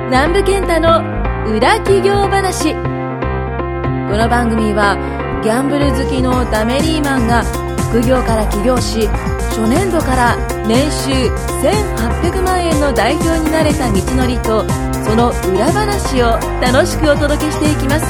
南部健太の裏企業話。この番組はギャンブル好きのダメリーマンが副業から起業し、初年度から年収1800万円の代表になれた道のりと、その裏話を楽しくお届けしていきます。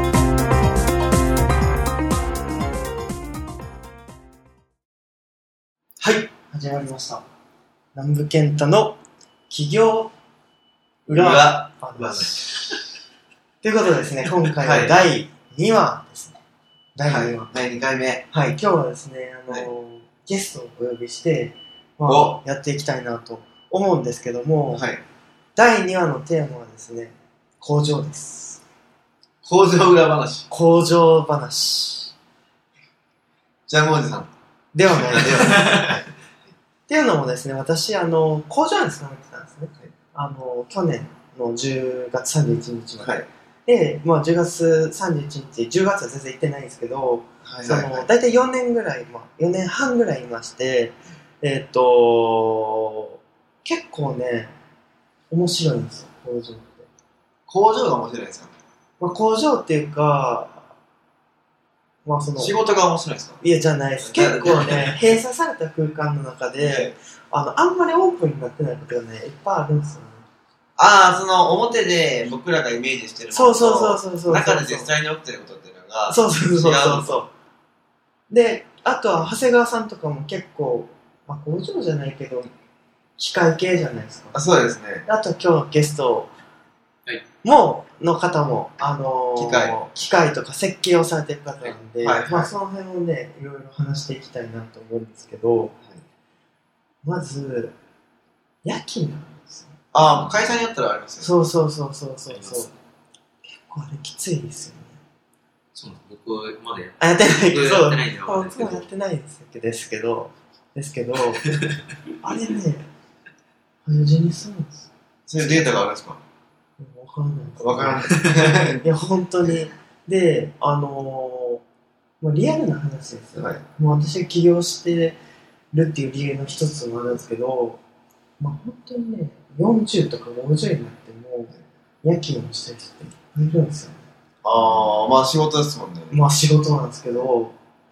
はい、始まりました。南部健太の企業裏話。ということでですね、今回は第2話ですね。第2回目。はい、今日はですね、ゲストをお呼びして、やっていきたいなと思うんですけども、第2話のテーマはですね、工場です。 工場裏話。 工場話。 ジャムおじさん。 ではない。っていうのもですね、私、工場に勤めてたんですね。去年の10月31日まで。で、10月31日、10月は全然行ってないんですけど、だいたい4年ぐらい、4年半ぐらいいまして、結構ね、面白いんですよ、工場って。 工場が面白いんですか？ 工場っていうか、 仕事が面白いんですか？ いや、じゃないです。結構ね、閉鎖された空間の中で、あんまりオープンになってないことがね、いっぱいあるんですよね。 表で僕らがイメージしてるものと、中で実際に起きてることっていうのが、 そう。で、あとは長谷川さんとかも結構、工場じゃないけど、機械系じゃないですか。 そうですね。 あと今日ゲストの方も、機械とか設計をされてる方なんで、その辺をね、いろいろ話していきたいなと思うんですけど、まず、夜勤なんですよ。 会社によったらありますよね。 そう。結構あれきついですよね。 そうなんです。僕までやってないけど、 やってないんでわかんないですけど。 やってないですけど、あれね、早死にするんです。 そういうデータがあるんですか？ わからない。いや、本当に。で、リアルな話ですよ。もう私が起業してるっていう理由の一つもあるんですけど、本当にね、40とか50になっても、夜勤をしてる人っていっぱいいるんですよね。 仕事ですもんね。 仕事なんですけど、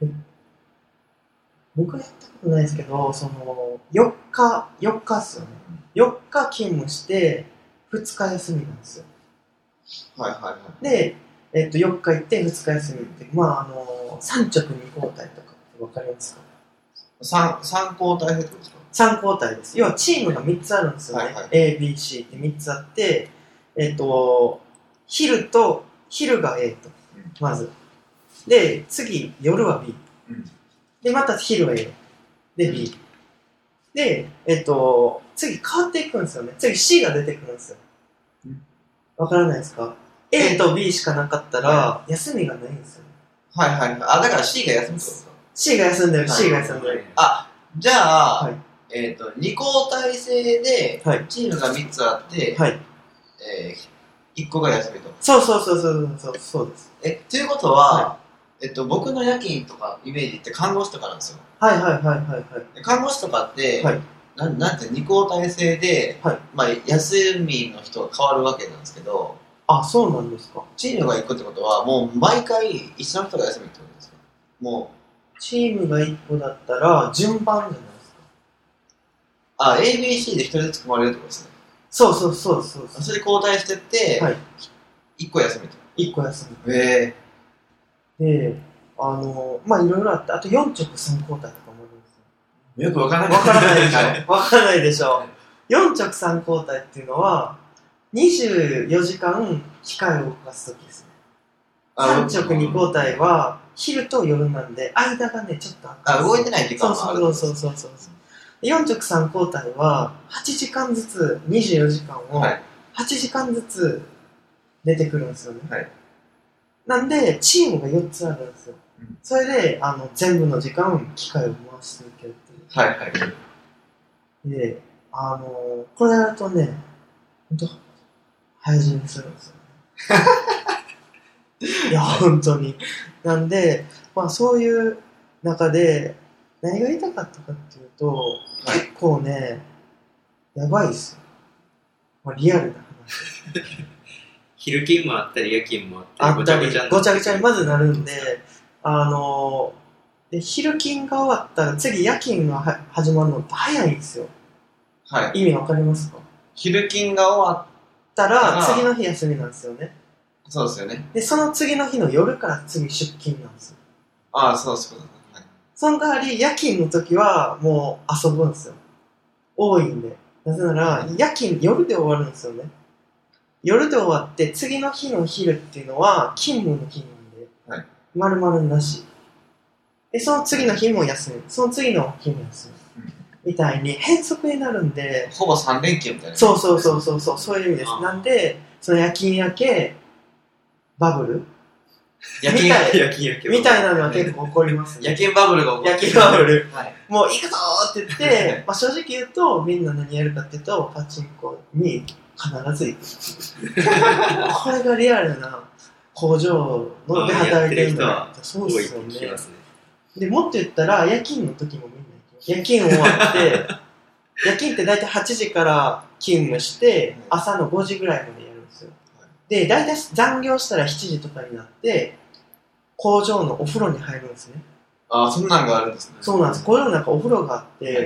僕はやったことないですけど、4日ですよね。4日勤務して、2日休みなんですよ。で、4日行って2日休みって、3直2交代とかって分かりますか ？3交代制ってことですか ？3交代です。要はチームが3つあるんですよね。A、B、C って3つあって、昼が A と、まず。で、次、夜は B。で、また昼は A。で、B。で、次変わっていくんですよね。次 C が出てくるんですよ。わからないですか？ A と B しかなかったら、休みがないんですよね。 だから C が休むってことですか？ C が休んでる。 じゃあ、2交代制で、チームが3つあって、1個が休みと。 そうです。 ということは、僕の夜勤とかイメージって看護師とかなんですよ。看護師とかって、なんて2交代制で、休みの人が変わるわけなんですけど、 そうなんですか。 チームが1個ってことは、もう毎回一緒の人が休みってことですか？もうチームが1個だったら順番じゃないですか。ABC で1人ずつ組まれるってことですね。 そう。 それで交代してって、1個休みと。 1個休み。で、いろいろあって、あと4直3交代とかもあるんですよ。 よくわからないでしょ。4直3交代っていうのは、24時間機械を動かすときですね。3直2交代は昼と夜なんで、間がね、ちょっと動いてない時間もある。 そう。4直3交代は8時間ずつ、24時間を8時間ずつ出てくるんですよね。なんで、チームが4つあるんですよ。それで、全部の時間、機械を回していけるっていう。で、これやるとね、ほんと、早死にするんですよね。いや、本当に。なんで、そういう中で、何が言いたかったかっていうと、結構ね、やばいっすよ。リアルな昼勤もあったり夜勤もあったりごちゃごちゃにまずなるんで、で昼勤が終わったら次夜勤が始まるのって早いんですよ。 はい。 意味わかりますか？ 昼勤が終わったら次の日休みなんですよね。 そうですよね。 でその次の日の夜から次出勤なんですよ。 ああ、そうです。はい。 その代わり夜勤の時はもう遊ぶんですよ。多いんで。なぜなら夜勤夜で終わるんですよね。夜で終わって次の日の昼っていうのは勤務の日なんで、はい、丸々なしで、その次の日も休み、その次の日も休み、みたいに変則になるんで、 ほぼ3連休みたいな。 そうそういう意味です。なんでその夜勤明けバブルみたいなのは結構起こりますね。 夜勤バブルが起こる。 夜勤バブル、はい、もう行くぞーって言ってまあ正直言うとみんな何やるかっていうとパチンコに必ず行くこれがリアルな工場ので働いてるんだってそうですよね。でもっと言ったら夜勤の時もみんな行きます。夜勤終わって夜勤って大体8時から勤務して朝の5時ぐらいまでやるんですよ。で大体残業したら7時とかになって工場のお風呂に入るんですね。 ああ、そんなんがあるんですね。 そうなんです。工場の中お風呂があって、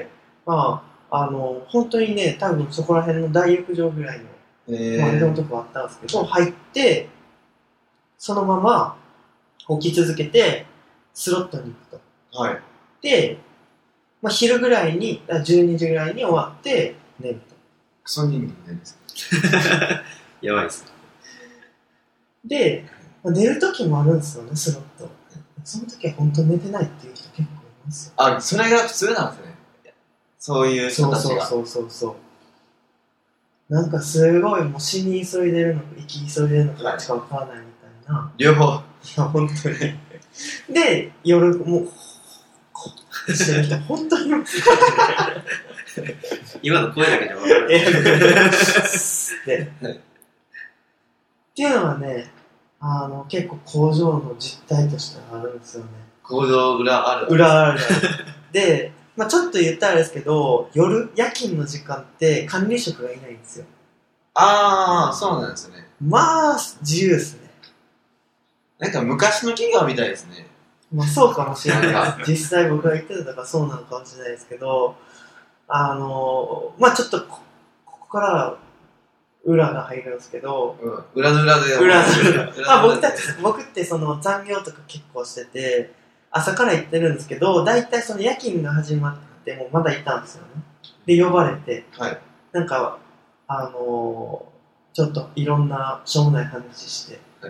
まあ本当にね、多分そこら辺の大浴場ぐらいの周りのとこあったんですけど、入ってそのまま起き続けてスロットに行くと。はい。で、まあ、昼ぐらいに12時ぐらいに終わって寝ると。 クソ人間寝るんですか？やばいです。 で、寝る時もあるんですよね、スロット。その時は本当に寝てないっていう人結構いますよ。 あ、それが普通なんですね。そういう人たちが。 そうなんかすごいもう死に急いでるのか生き急いでるのかどっちかわからないみたいな。 両方。 いや本当に。で夜もうこうしてる人本当にいます今の声だけで分かる。 っていうのはね、結構工場の実態としてあるんですよね。 工場裏ある。 裏ある。で、まあちょっと言ったらあれですけど、夜勤の時間って管理職がいないんですよ。 ああ、そうなんですね。 まあ自由ですね。 なんか昔の企業みたいですね。 まあそうかもしれない。実際僕が言ってたからそうなのかもしれないですけど、まあちょっとここから裏が入るんですけど、 裏の裏でまあ僕ってその残業とか結構してて朝から行ってるんですけど、だいたいその夜勤が始まってもまだいたんですよね。で呼ばれて、はい、なんかちょっといろんなしょうもない話して、はい、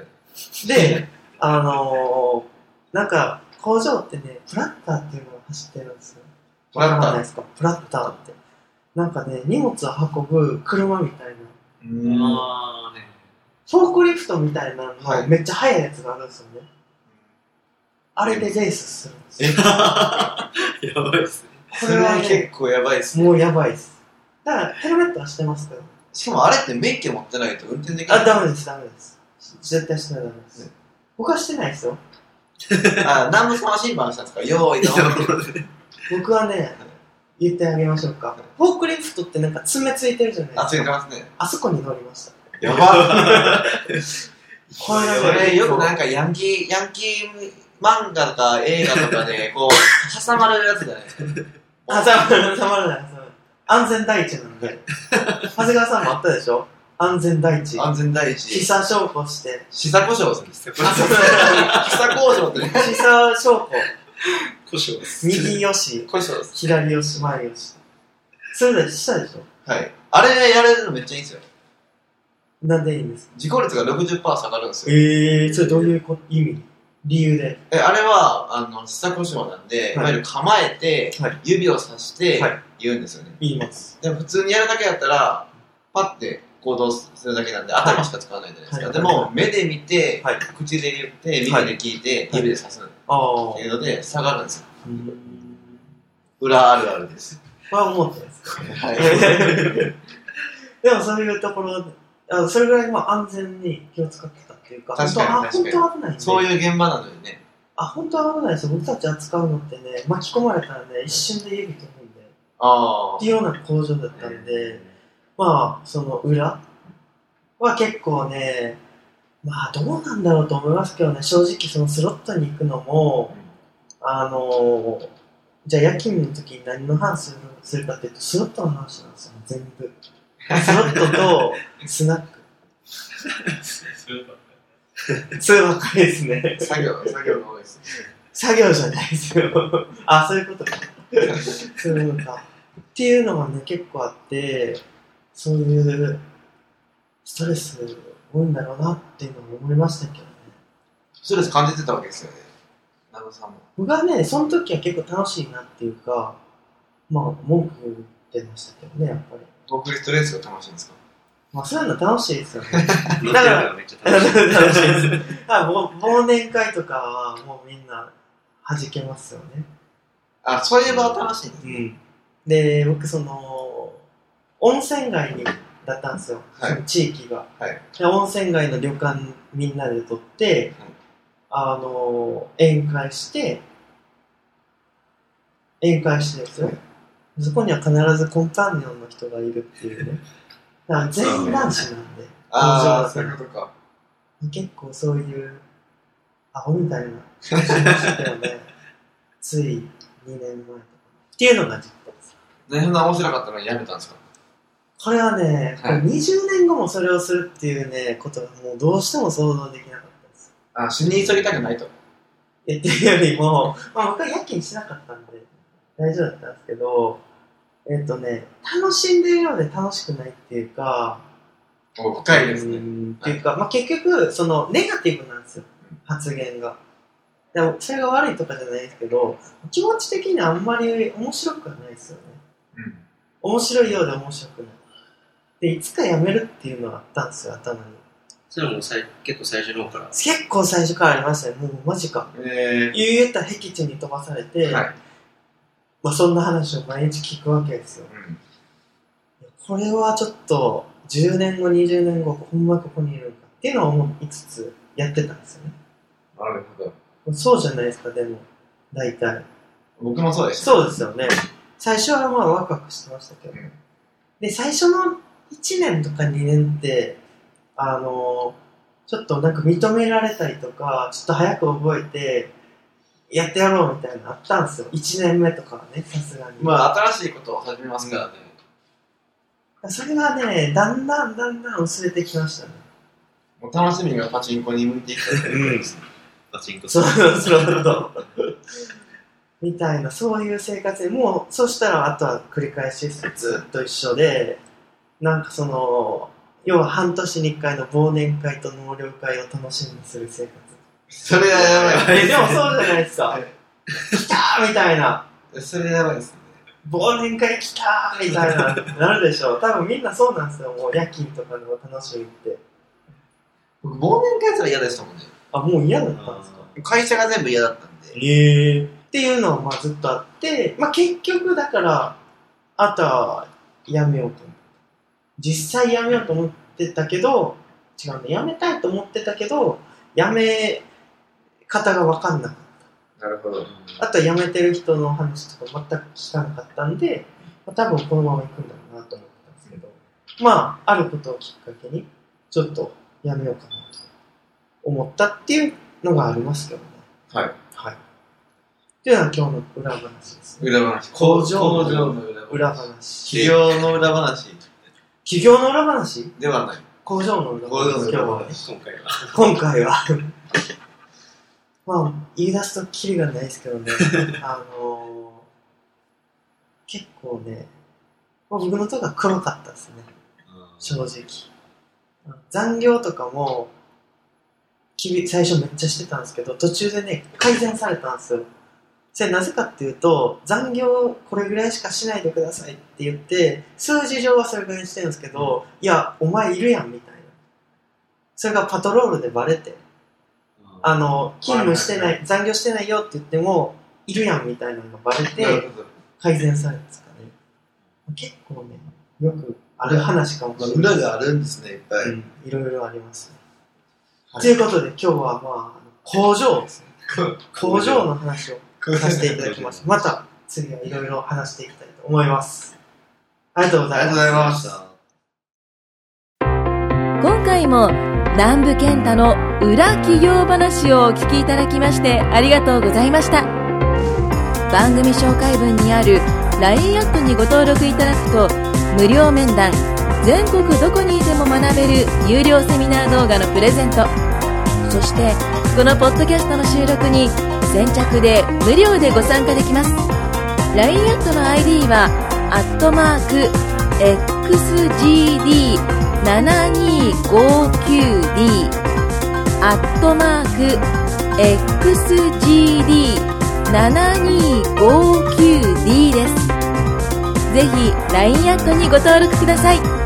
でなんか工場ってねプラッターっていうのが走ってるんですよ。 プラッターですか？プラッターってなんかね荷物を運ぶ車みたいな。フォークリフトみたいなの、はい、めっちゃ速いやつがあるんですよね。あれでレースするんですよ。 やばいっすね。 これは、ね、結構やばいっすね。 もうやばいっす。だからヘルメットはしてますけど。 しかもあれって免許持ってないと運転できない。 あ、ダメです。絶対してないとダメです。僕はしてないですよ。 南部さんは審判したんですか？用意ドン。 僕はね、言ってあげましょうか。フォークリフトってなんか爪ついてるじゃないですか。 ついてますね。 あそこに乗りました。 やばこれよくなんかヤンキー漫画とか映画とかでこう挟まれるやつじゃないですか。 挟まれない。安全第一なんで。長谷川さんもあったでしょ？安全第一。示唆証拠して。 示唆故障ですね。示唆工場ってね。 示唆証拠。 故障です。 右よし、左よし、前よし。それでしたでしょ？ はい。あれやれるのめっちゃいいんですよ。 なんでいいんですか？ 事故率が 60% 下がるんですよ。それどういう意味？理由で？ あれは示唆故障なんで、いわゆる構えて、指をさして言うんですよね。 言います。 でも普通にやるだけだったらパッて行動するだけなんで頭しか使わないじゃないですか。でも目で見て、口で言って耳で聞いて指でさすっていうので下がるんですよ。裏あるあるです。 これは思ってます。はい。でもそういうところそれぐらい安全に気を使ってたっていうか、 確かに本当危ないんで。 そういう現場なのにね。 本当危ないですよ。僕たち扱うのってね、巻き込まれたらね、一瞬で指飛ぶんで。っていうような工場だったんで、まあ、その裏は結構ね、まあどうなんだろうと思いますけどね、正直そのスロットに行くのも、じゃあ夜勤の時に何の話するかっていうと、スロットの話なんですよ、全部。スロットとスナック。そればっかりですね。 作業が多いですね。 作業じゃないですよ。あ、そういうことか。そういうのか。っていうのがね、結構あって、そういうストレス多いんだろうなっていうのも思いましたけどね。 ストレス感じてたわけですよね、長野さんも。 僕はね、その時は結構楽しいなっていうか、まあ、文句言ってましたけどね、やっぱり。 僕ストレスが楽しいんですか？ まあ、そういうの楽しいですよね。 だからめっちゃ楽しい。 楽しいです。忘年会とかはもうみんな弾けますよね。 あ、そういう場は楽しいんですね。 うん。で、僕その、温泉街だったんですよ、 はい、 その地域が。 はい、 で温泉街の旅館みんなで撮って、はい、宴会してですよ。そこには必ずコンパニオンの人がいるっていうね。だから全員男子なんで。 ああ、そういうことか。 結構そういうアホみたいな感じましたよね。つい2年前とか。っていうのが実態です。 そんな面白かったのにやめたんですか？ これはね、 はい、 20年後もそれをするっていうね、ことがもうどうしても想像できなかったです。 あ、死に急ぎたくないと。 っていうよりも、まあ僕は夜勤しなかったんで大丈夫だったんですけど、楽しんでるようで楽しくないっていうか、 深いですね。 っていうか、まあ結局、その、ネガティブなんですよ、発言が。でも、それが悪いとかじゃないですけど、気持ち的にあんまり面白くはないですよね。うん。面白いようで面白くない。で、いつかやめるっていうのがあったんですよ、頭に。 それも結構最初の方から？ 結構最初からありましたね。もうマジか。言ったら僻地に飛ばされて、はい、まあそんな話を毎日聞くわけですよ。うん、これはちょっと、10年後、20年後、ほんまここにいるのかっていうのを思いつつやってたんですよね。 なるほど。そうじゃないですか、でも、大体。 僕もそうです。 そうですよね。最初はまあワクワクしてましたけど、で、最初の1年とか2年って、ちょっとなんか認められたりとか、ちょっと早く覚えて、やってやろうみたいなのあったんですよ。1年目とかはね、さすがに。 まあ、新しいことを始めますからね。 それがね、だんだん薄れてきましたね。 もう楽しみがパチンコに向いていったってことですね。 パチンコ。 そう。みたいな、そういう生活で、もう、そしたらあとは繰り返しずっと一緒で、なんかその、要は半年に1回の忘年会と納涼会を楽しみにする生活。 それはやばい。 でもそうじゃないですか。来たーみたいな。 それやばいですね。 忘年会来たーみたいな、なるでしょう。多分みんなそうなんですよ、もう夜勤とかの楽しみって。 僕、忘年会すら嫌でしたもんね。 あ、もう嫌だったんですか？ 会社が全部嫌だったんで。 っていうのはまあずっとあって、まあ結局だから、あとはやめようと思って。実際やめようと思ってたけど、違うんだ、やめたいと思ってたけど、やめ方が分かんなかった。 なるほど。 あとは辞めてる人の話とか全く聞かなかったんで、まあ、多分このまま行くんだろうなと思ってたんですけど、まあ、あることをきっかけに、ちょっと辞めようかなと思ったっていうのがありますけどね。 はい。 はい。っていうのは今日の裏話ですね。 裏話。 工場の裏話。 企業の裏話。 企業の裏話ではない。 工場の裏話。 今回は。 まあ、言い出すとキリがないですけどね。結構ね、まあ、僕のとこは黒かったですね。正直。残業とかも、最初めっちゃしてたんですけど、途中でね、改善されたんですよ。それなぜかっていうと、残業これぐらいしかしないでくださいって言って、数字上はそれぐらいにしてるんですけど、いや、お前いるやんみたいな。それがパトロールでバレて、勤務してない、残業してないよって言っても、いるやんみたいなのがバレて、改善されたんですかね。結構ね、よくある話かもしれない。 裏があるんですね、いっぱい。 いろいろありますね。ということで、今日はまあ、工場ですね。工場の話をさせていただきました。また、次はいろいろ話していきたいと思います。ありがとうございました。 今回回も南部健太の裏企業話をお聞きいただきましてありがとうございました。番組紹介文にある LINE アットにご登録いただくと無料面談、全国どこにいても学べる有料セミナー動画のプレゼント、そしてこのポッドキャストの収録に先着で無料でご参加できます。 LINE アットの ID は@XGD7259D @XGD7259D です。ぜひ LINE アットにご登録ください。